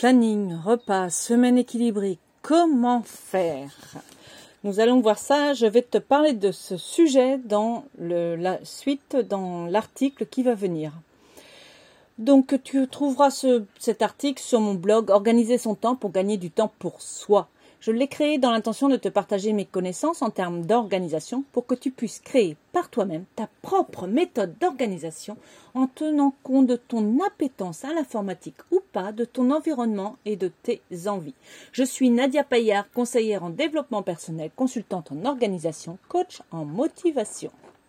planning, repas, semaine équilibrée, comment faire? Nous allons voir ça, je vais te parler de ce sujet dans la suite, dans l'article qui va venir. Donc tu trouveras cet article sur mon blog « Organiser son temps pour gagner du temps pour soi ». Je l'ai créé dans l'intention de te partager mes connaissances en termes d'organisation pour que tu puisses créer par toi-même ta propre méthode d'organisation en tenant compte de ton appétence à l'informatique ou pas, de ton environnement et de tes envies. Je suis Nadia Paillard, conseillère en développement personnel, consultante en organisation, coach en motivation.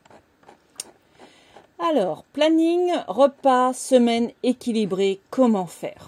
Alors, planning, repas, semaine équilibrée, comment faire?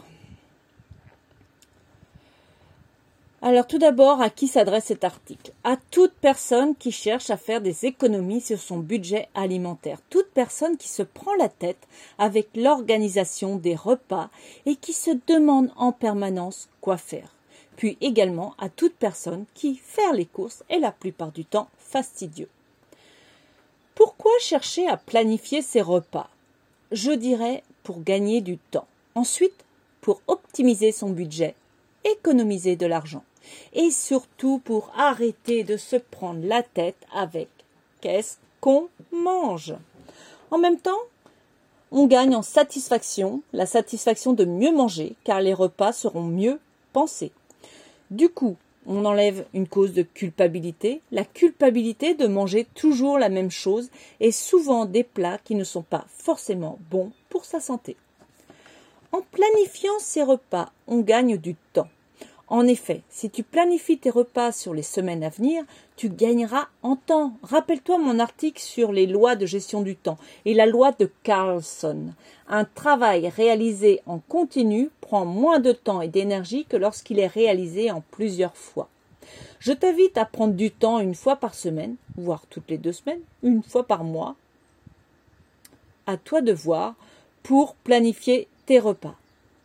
Alors tout d'abord, à qui s'adresse cet article? À toute personne qui cherche à faire des économies sur son budget alimentaire. Toute personne qui se prend la tête avec l'organisation des repas et qui se demande en permanence quoi faire. Puis également à toute personne qui faire les courses est la plupart du temps fastidieux. Pourquoi chercher à planifier ses repas? Je dirais pour gagner du temps. Ensuite, pour optimiser son budget, économiser de l'argent. Et surtout pour arrêter de se prendre la tête avec qu'est-ce qu'on mange. En même temps, on gagne en satisfaction, la satisfaction de mieux manger car les repas seront mieux pensés. Du coup, on enlève une cause de culpabilité, la culpabilité de manger toujours la même chose et souvent des plats qui ne sont pas forcément bons pour sa santé. En planifiant ses repas, on gagne du temps. En effet, si tu planifies tes repas sur les semaines à venir, tu gagneras en temps. Rappelle-toi mon article sur les lois de gestion du temps et la loi de Carlson. Un travail réalisé en continu prend moins de temps et d'énergie que lorsqu'il est réalisé en plusieurs fois. Je t'invite à prendre du temps une fois par semaine, voire toutes les 2 semaines, une fois par mois. À toi de voir pour planifier tes repas.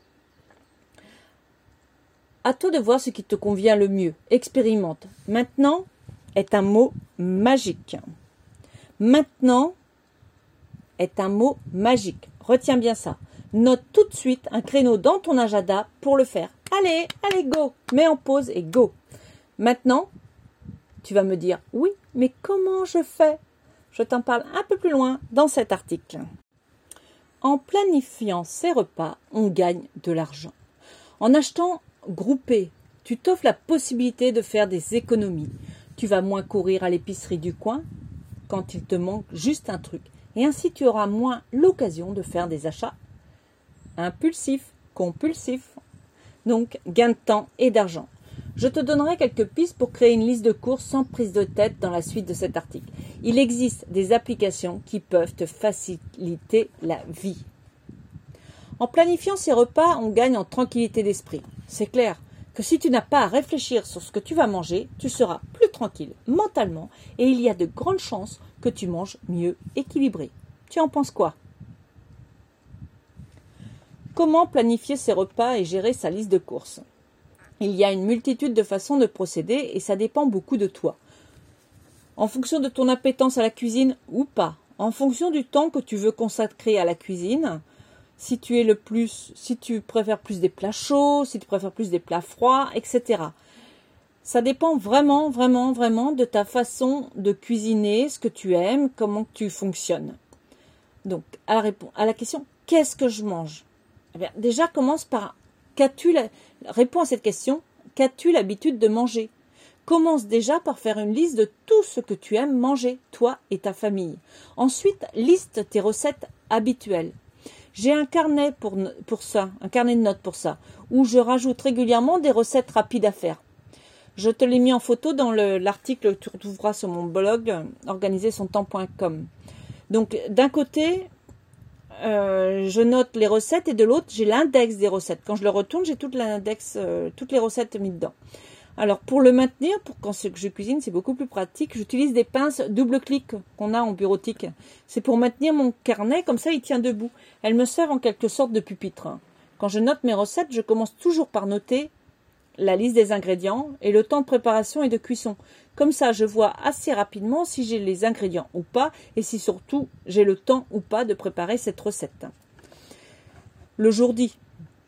À toi de voir ce qui te convient le mieux. Expérimente. Maintenant est un mot magique. Maintenant est un mot magique. Retiens bien ça. Note tout de suite un créneau dans ton agenda pour le faire. Allez, go. Mets en pause et go. Maintenant, tu vas me dire oui, mais comment je fais? Je t'en parle un peu plus loin dans cet article. En planifiant ses repas, on gagne de l'argent. En achetant groupé, tu t'offres la possibilité de faire des économies. Tu vas moins courir à l'épicerie du coin quand il te manque juste un truc. Et ainsi, tu auras moins l'occasion de faire des achats impulsifs, compulsifs. Donc, gain de temps et d'argent. Je te donnerai quelques pistes pour créer une liste de courses sans prise de tête dans la suite de cet article. Il existe des applications qui peuvent te faciliter la vie. En planifiant ses repas, on gagne en tranquillité d'esprit. C'est clair que si tu n'as pas à réfléchir sur ce que tu vas manger, tu seras plus tranquille mentalement et il y a de grandes chances que tu manges mieux équilibré. Tu en penses quoi? Comment planifier ses repas et gérer sa liste de courses? Il y a une multitude de façons de procéder et ça dépend beaucoup de toi. En fonction de ton appétence à la cuisine ou pas, en fonction du temps que tu veux consacrer à la cuisine, si tu préfères plus des plats chauds, si tu préfères plus des plats froids, etc. Ça dépend vraiment de ta façon de cuisiner, ce que tu aimes, comment tu fonctionnes. Donc, à la question, qu'est-ce que je mange? Eh bien, déjà, commence par, réponds à cette question, qu'as-tu l'habitude de manger? Commence déjà par faire une liste de tout ce que tu aimes manger, toi et ta famille. Ensuite, liste tes recettes habituelles. J'ai un carnet pour ça, un carnet de notes pour ça, où je rajoute régulièrement des recettes rapides à faire. Je te l'ai mis en photo dans l'article que tu retrouveras sur mon blog organisersontemps.com. Donc d'un côté, je note les recettes et de l'autre, j'ai l'index des recettes. Quand je le retourne, j'ai toute l'index, toutes les recettes mises dedans. Alors pour le maintenir, quand je cuisine, c'est beaucoup plus pratique. J'utilise des pinces double-clic qu'on a en bureautique. C'est pour maintenir mon carnet, comme ça il tient debout. Elles me servent en quelque sorte de pupitre. Quand je note mes recettes, je commence toujours par noter la liste des ingrédients et le temps de préparation et de cuisson. Comme ça, je vois assez rapidement si j'ai les ingrédients ou pas et si surtout j'ai le temps ou pas de préparer cette recette. Le jour dit,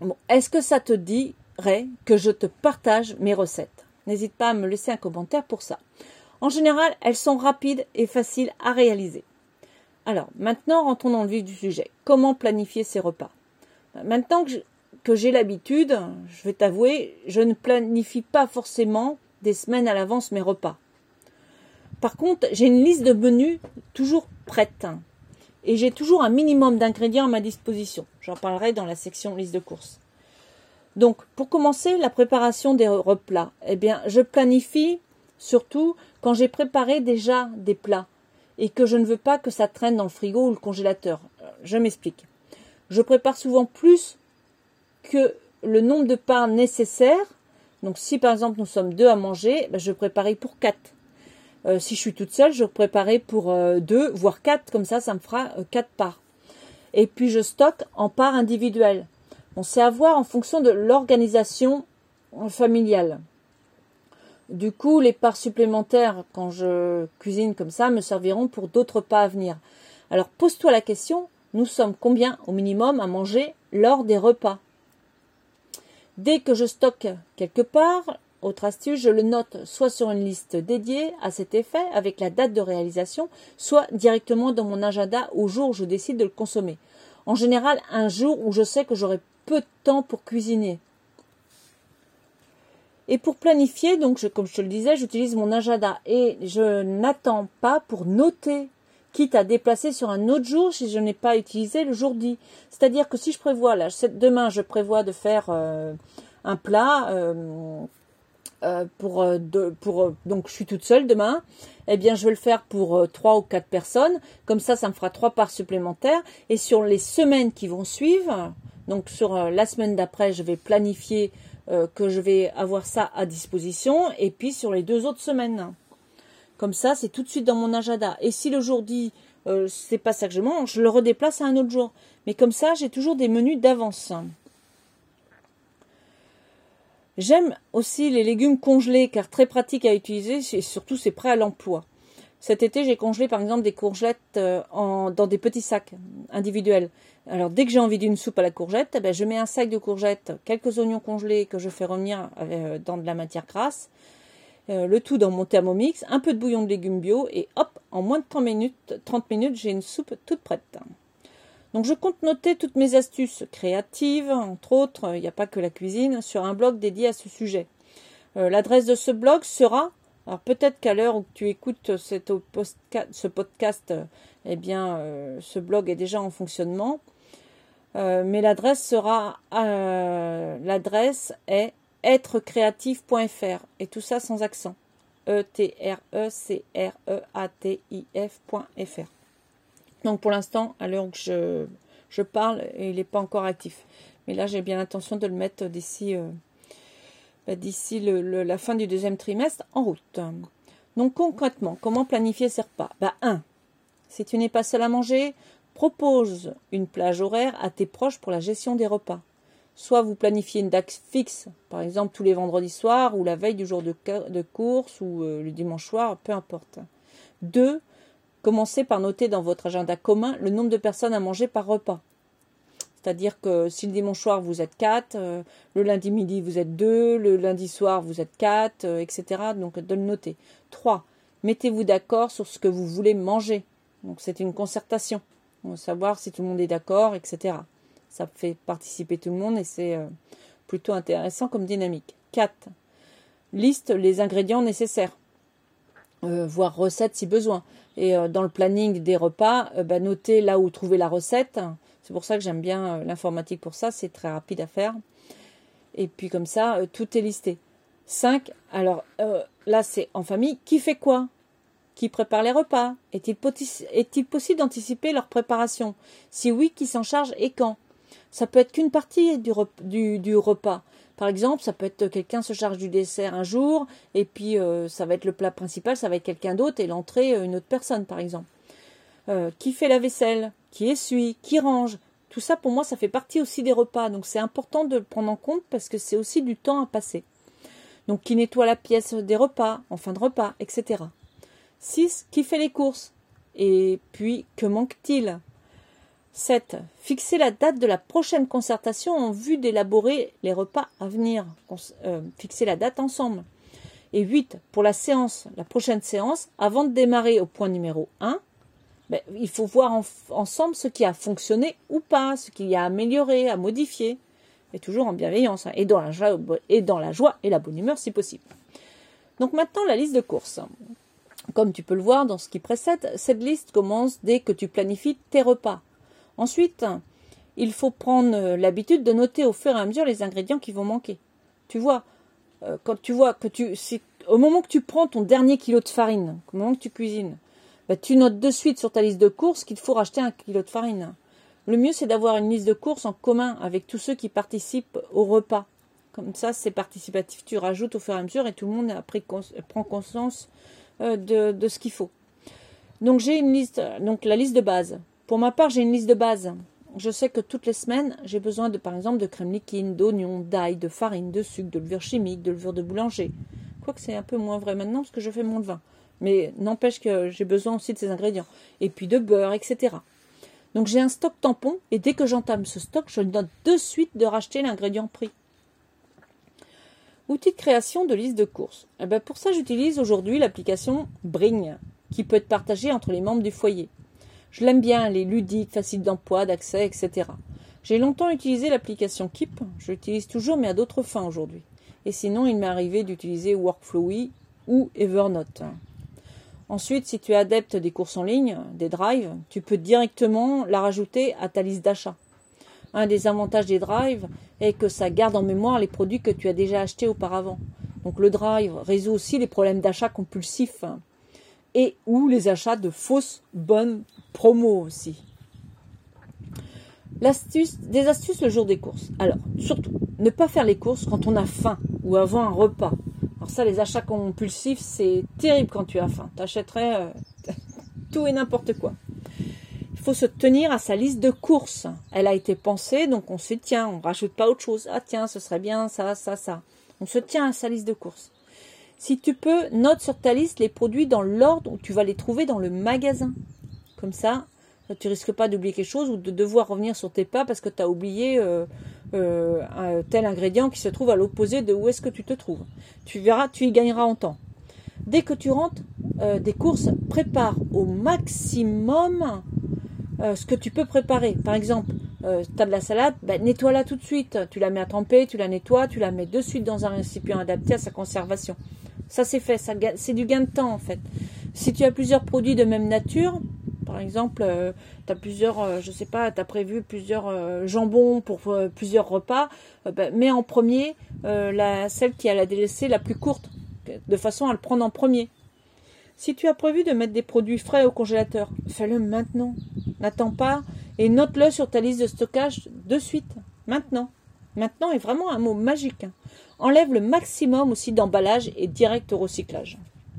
Bon, est-ce que ça te dirait que je te partage mes recettes? N'hésite pas à me laisser un commentaire pour ça. En général, elles sont rapides et faciles à réaliser. Alors, maintenant, rentrons dans le vif du sujet. Comment planifier ces repas? Maintenant que j'ai l'habitude, je vais t'avouer, je ne planifie pas forcément des semaines à l'avance mes repas. Par contre, j'ai une liste de menus toujours prête. Et j'ai toujours un minimum d'ingrédients à ma disposition. J'en parlerai dans la section liste de courses. Donc, pour commencer, la préparation des repas. Eh bien, je planifie surtout quand j'ai préparé déjà des plats et que je ne veux pas que ça traîne dans le frigo ou le congélateur. Je m'explique. Je prépare souvent plus que le nombre de parts nécessaires. Donc, si par exemple nous sommes 2 à manger, je préparerai pour 4. Si je suis toute seule, je préparerai pour 2, voire 4. Comme ça me fera 4 parts. Et puis, je stocke en parts individuelles. Bon, c'est à voir en fonction de l'organisation familiale. Du coup, les parts supplémentaires, quand je cuisine comme ça, me serviront pour d'autres pas à venir. Alors, pose-toi la question, nous sommes combien au minimum à manger lors des repas? Dès que je stocke quelque part, autre astuce, je le note soit sur une liste dédiée à cet effet avec la date de réalisation, soit directement dans mon agenda au jour où je décide de le consommer. En général, un jour où je sais que j'aurai peu de temps pour cuisiner. Et pour planifier, donc comme je te le disais, j'utilise mon agenda et je n'attends pas pour noter, quitte à déplacer sur un autre jour si je n'ai pas utilisé le jour dit. C'est-à-dire que si je prévois, là, demain je prévois de faire un plat donc je suis toute seule demain, eh bien je vais le faire pour 3 ou 4 personnes, comme ça me fera 3 parts supplémentaires, et sur les semaines qui vont suivre, donc sur la semaine d'après, je vais planifier que je vais avoir ça à disposition, et puis sur les 2 autres semaines. Comme ça, c'est tout de suite dans mon agenda. Et si le jour dit, c'est pas ça que je mange, je le redéplace à un autre jour. Mais comme ça, j'ai toujours des menus d'avance. J'aime aussi les légumes congelés, car très pratiques à utiliser, et surtout c'est prêt à l'emploi. Cet été, j'ai congelé par exemple des courgettes dans des petits sacs individuels. Alors dès que j'ai envie d'une soupe à la courgette, je mets un sac de courgettes, quelques oignons congelés que je fais revenir dans de la matière grasse, le tout dans mon Thermomix, un peu de bouillon de légumes bio et hop, en moins de 30 minutes, j'ai une soupe toute prête. Donc je compte noter toutes mes astuces créatives, entre autres, il n'y a pas que la cuisine, sur un blog dédié à ce sujet. L'adresse de ce blog sera... Alors peut-être qu'à l'heure où tu écoutes ce podcast, ce blog est déjà en fonctionnement. Mais l'adresse est êtrecreatif.fr et tout ça sans accent. ETRECREATIF.fr. Donc pour l'instant, à l'heure où je parle, il n'est pas encore actif. Mais là, j'ai bien l'intention de le mettre d'ici la fin du 2e trimestre en route. Donc concrètement, comment planifier ces repas? 1. Si tu n'es pas seul à manger, propose une plage horaire à tes proches pour la gestion des repas. Soit vous planifiez une date fixe, par exemple tous les vendredis soirs ou la veille du jour de course ou le dimanche soir, peu importe. 2. Commencez par noter dans votre agenda commun le nombre de personnes à manger par repas. C'est-à-dire que si le dimanche soir vous êtes 4, le lundi midi vous êtes 2, le lundi soir vous êtes 4, etc. Donc de le noter. 3. Mettez-vous d'accord sur ce que vous voulez manger. Donc c'est une concertation. On va savoir si tout le monde est d'accord, etc. Ça fait participer tout le monde et c'est plutôt intéressant comme dynamique. 4. Liste les ingrédients nécessaires. Voire recette si besoin. Et dans le planning des repas, notez là où trouver la recette. C'est pour ça que j'aime bien l'informatique pour ça, c'est très rapide à faire. Et puis comme ça, tout est listé. 5. Alors là, c'est en famille. Qui fait quoi? Qui prépare les repas? Est-il possible d'anticiper leur préparation? Si oui, qui s'en charge et quand? Ça peut être qu'une partie du repas. Par exemple, ça peut être quelqu'un se charge du dessert un jour, et puis ça va être le plat principal, ça va être quelqu'un d'autre, et l'entrée, une autre personne, par exemple. Qui fait la vaisselle? Qui essuie? Qui range? Tout ça, pour moi, ça fait partie aussi des repas. Donc, c'est important de le prendre en compte parce que c'est aussi du temps à passer. Donc, qui nettoie la pièce des repas, en fin de repas, etc. 6. Qui fait les courses? Et puis, que manque-t-il? 7. Fixer la date de la prochaine concertation en vue d'élaborer les repas à venir. Fixer la date ensemble. Et 8. Pour la prochaine séance, avant de démarrer au point numéro 1, il faut voir ensemble ce qui a fonctionné ou pas, ce qu'il y a amélioré, à modifier. Et toujours en bienveillance, et dans la joie et la bonne humeur si possible. Donc maintenant, la liste de courses. Comme tu peux le voir dans ce qui précède, cette liste commence dès que tu planifies tes repas. Ensuite, il faut prendre l'habitude de noter au fur et à mesure les ingrédients qui vont manquer. Tu vois, au moment que tu prends ton dernier kilo de farine, au moment que tu cuisines, tu notes de suite sur ta liste de courses qu'il te faut racheter 1 kilo de farine. Le mieux, c'est d'avoir une liste de courses en commun avec tous ceux qui participent au repas. Comme ça, c'est participatif, tu rajoutes au fur et à mesure et tout le monde prend conscience de ce qu'il faut. Donc, j'ai une liste, la liste de base. Pour ma part, j'ai une liste de base. Je sais que toutes les semaines, j'ai besoin par exemple, de crème liquide, d'oignons, d'ail, de farine, de sucre, de levure chimique, de levure de boulanger. Quoique c'est un peu moins vrai maintenant parce que je fais moins de vin. Mais n'empêche que j'ai besoin aussi de ces ingrédients. Et puis de beurre, etc. Donc j'ai un stock tampon et dès que j'entame ce stock, je note de suite de racheter l'ingrédient pris. Outil de création de liste de courses. Pour ça, j'utilise aujourd'hui l'application Bring, qui peut être partagée entre les membres du foyer. Je l'aime bien, elle est ludique, facile d'emploi, d'accès, etc. J'ai longtemps utilisé l'application Keep, je l'utilise toujours mais à d'autres fins aujourd'hui. Et sinon, il m'est arrivé d'utiliser Workflowy ou Evernote. Ensuite, si tu es adepte des courses en ligne, des drives, tu peux directement la rajouter à ta liste d'achat. Un des avantages des drives est que ça garde en mémoire les produits que tu as déjà achetés auparavant. Donc le drive résout aussi les problèmes d'achat compulsifs et ou les achats de fausses bonnes promos aussi. Des astuces le jour des courses. Alors, surtout, ne pas faire les courses quand on a faim ou avant un repas. Alors ça, les achats compulsifs, c'est terrible quand tu as faim. Tu achèterais tout et n'importe quoi. Il faut se tenir à sa liste de courses. Elle a été pensée, donc on se tient, on ne rajoute pas autre chose. Ah tiens, ce serait bien ça, ça, ça. On se tient à sa liste de courses. Si tu peux, note sur ta liste les produits dans l'ordre où tu vas les trouver dans le magasin. Comme ça, tu risques pas d'oublier quelque chose ou de devoir revenir sur tes pas parce que tu as oublié un tel ingrédient qui se trouve à l'opposé de où est-ce que tu te trouves. Tu verras, tu y gagneras en temps. Dès que tu rentres des courses, prépare au maximum ce que tu peux préparer. Par exemple, tu as de la salade, nettoie-la tout de suite. Tu la mets à tremper, tu la nettoies, tu la mets de suite dans un récipient adapté à sa conservation. Ça c'est fait, c'est du gain de temps en fait. Si tu as plusieurs produits de même nature, par exemple, tu as plusieurs, tu as prévu plusieurs jambons pour plusieurs repas, mets en premier celle qui a la délaissée la plus courte, de façon à le prendre en premier. Si tu as prévu de mettre des produits frais au congélateur, fais-le maintenant. N'attends pas et note-le sur ta liste de stockage de suite, maintenant. Maintenant est vraiment un mot magique. Enlève le maximum aussi d'emballage et direct au recyclage.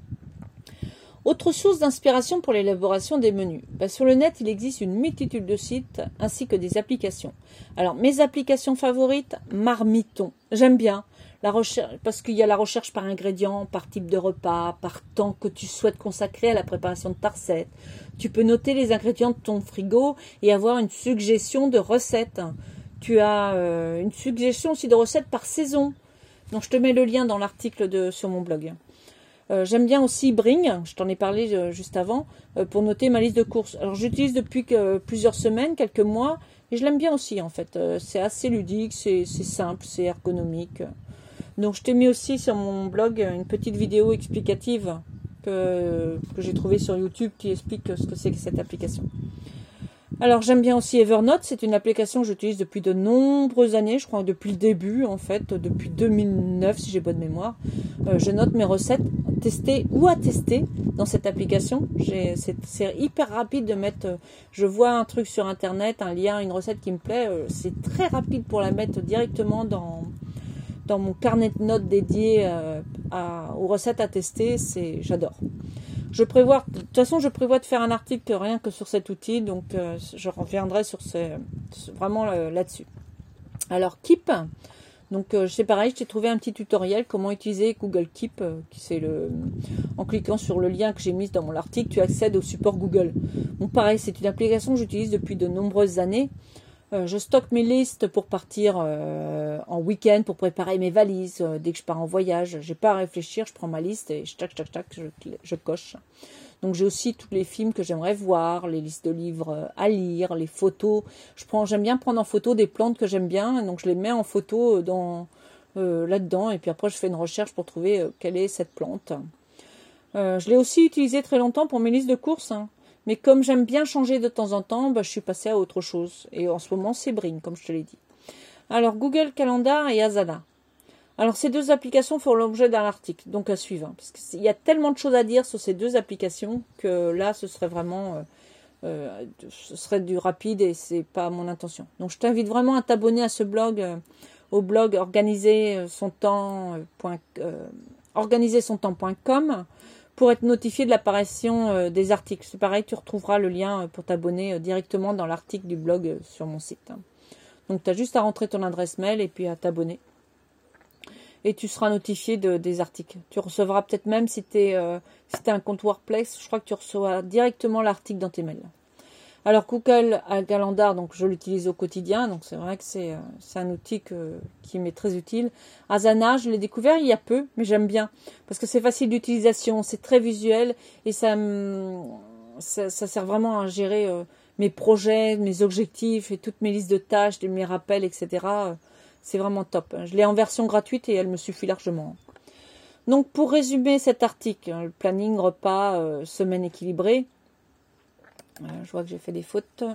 Autre source d'inspiration pour l'élaboration des menus. Sur le net, il existe une multitude de sites ainsi que des applications. Alors, mes applications favorites, Marmiton. J'aime bien la recherche parce qu'il y a la recherche par ingrédient, par type de repas, par temps que tu souhaites consacrer à la préparation de ta recette. Tu peux noter les ingrédients de ton frigo et avoir une suggestion de recettes. Tu as une suggestion aussi de recettes par saison. Donc, je te mets le lien dans l'article sur mon blog. J'aime bien aussi Bring, je t'en ai parlé juste avant, pour noter ma liste de courses. Alors j'utilise depuis plusieurs semaines, quelques mois, et je l'aime bien aussi en fait. C'est assez ludique, c'est simple, c'est ergonomique. Donc je t'ai mis aussi sur mon blog une petite vidéo explicative que j'ai trouvée sur YouTube qui explique ce que c'est que cette application. Alors j'aime bien aussi Evernote, c'est une application que j'utilise depuis de nombreuses années, je crois depuis le début en fait, depuis 2009 si j'ai bonne mémoire. Je note mes recettes testées ou à tester dans cette application. C'est hyper rapide de mettre, je vois un truc sur internet, un lien, une recette qui me plaît, c'est très rapide pour la mettre directement dans mon carnet de notes dédié aux recettes à tester, j'adore. De toute façon, je prévois de faire un article rien que sur cet outil, donc je reviendrai sur vraiment là-dessus. Alors, Keep, Donc c'est pareil, je t'ai trouvé un petit tutoriel comment utiliser Google Keep, en cliquant sur le lien que j'ai mis dans mon article, tu accèdes au support Google. Bon pareil, c'est une application que j'utilise depuis de nombreuses années. Je stocke mes listes pour partir en week-end, pour préparer mes valises. Dès que je pars en voyage, j'ai pas à réfléchir, je prends ma liste et je coche. Donc j'ai aussi tous les films que j'aimerais voir, les listes de livres à lire, les photos. J'aime bien prendre en photo des plantes que j'aime bien, donc je les mets en photo là-dedans et puis après je fais une recherche pour trouver quelle est cette plante. Je l'ai aussi utilisé très longtemps pour mes listes de courses, hein. Mais comme j'aime bien changer de temps en temps, je suis passée à autre chose. Et en ce moment, c'est Bring, comme je te l'ai dit. Alors, Google Calendar et Asana. Alors, ces deux applications font l'objet d'un article, donc à suivre. Parce qu'il y a tellement de choses à dire sur ces deux applications que là, ce serait vraiment... ce serait du rapide et c'est pas mon intention. Donc, je t'invite vraiment à t'abonner à ce blog, au blog organisersontemps.com. Pour être notifié de l'apparition des articles. C'est pareil, tu retrouveras le lien pour t'abonner directement dans l'article du blog sur mon site. Donc, tu as juste à rentrer ton adresse mail et puis à t'abonner. Et tu seras notifié des articles. Tu recevras peut-être même, si tu es un compte WordPress, je crois que tu reçois directement l'article dans tes mails. Alors, Google Calendar, donc je l'utilise au quotidien, donc c'est vrai que c'est un outil qui m'est très utile. Asana, je l'ai découvert il y a peu, mais j'aime bien, parce que c'est facile d'utilisation, c'est très visuel, et ça sert vraiment à gérer mes projets, mes objectifs, et toutes mes listes de tâches, mes rappels, etc. C'est vraiment top. Je l'ai en version gratuite et elle me suffit largement. Donc, pour résumer cet article, le planning, repas, semaine équilibrée, je vois que j'ai fait des fautes.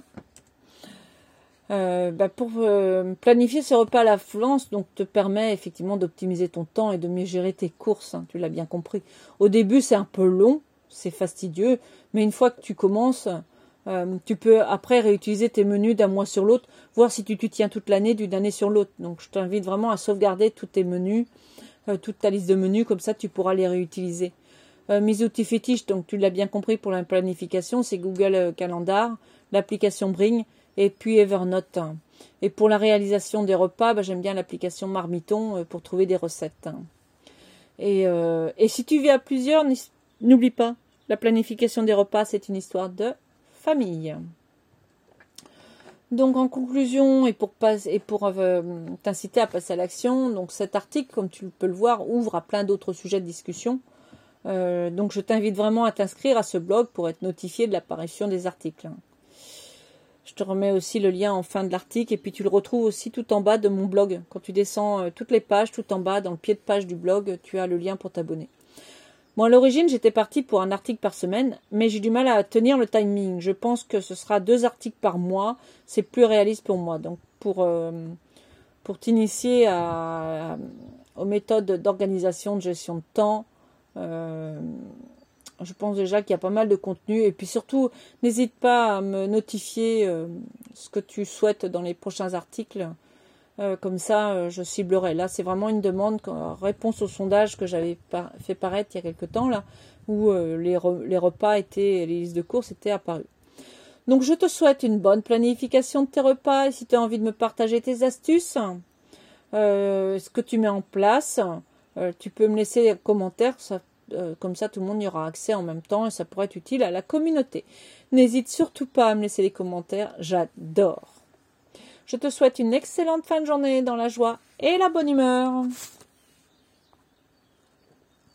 Pour planifier ce repas à l'avance, donc te permet effectivement d'optimiser ton temps et de mieux gérer tes courses. Hein, tu l'as bien compris. Au début, c'est un peu long, c'est fastidieux, mais une fois que tu commences, tu peux après réutiliser tes menus d'un mois sur l'autre, voir si tu tiens toute l'année d'une année sur l'autre. Donc, je t'invite vraiment à sauvegarder tous tes menus, toute ta liste de menus, comme ça tu pourras les réutiliser. Mes outils fétiches, donc tu l'as bien compris pour la planification, c'est Google Calendar, l'application Bring et puis Evernote. Et pour la réalisation des repas, j'aime bien l'application Marmiton pour trouver des recettes. Et si tu vis à plusieurs, n'oublie pas, la planification des repas, c'est une histoire de famille. Donc en conclusion et pour t'inciter à passer à l'action, donc cet article, comme tu peux le voir, ouvre à plein d'autres sujets de discussion. Donc je t'invite vraiment à t'inscrire à ce blog pour être notifié de l'apparition des articles. Je te remets aussi le lien en fin de l'article et puis tu le retrouves aussi tout en bas de mon blog. Quand tu descends toutes les pages, tout en bas, dans le pied de page du blog, tu as le lien pour t'abonner. Bon, à l'origine, j'étais partie pour un article par semaine, mais j'ai du mal à tenir le timing. Je pense que ce sera 2 articles par mois. C'est plus réaliste pour moi. Donc pour t'initier aux méthodes d'organisation, de gestion de temps, je pense déjà qu'il y a pas mal de contenu et puis surtout n'hésite pas à me notifier ce que tu souhaites dans les prochains articles, comme ça je ciblerai. Là c'est vraiment une demande, réponse au sondage que j'avais fait paraître il y a quelque temps là, où les repas les listes de courses étaient apparues. Donc je te souhaite une bonne planification de tes repas et si tu as envie de me partager tes astuces, ce que tu mets en place, tu peux me laisser des commentaires, comme ça tout le monde y aura accès en même temps et ça pourrait être utile à la communauté. N'hésite surtout pas à me laisser des commentaires, j'adore. Je te souhaite une excellente fin de journée dans la joie et la bonne humeur.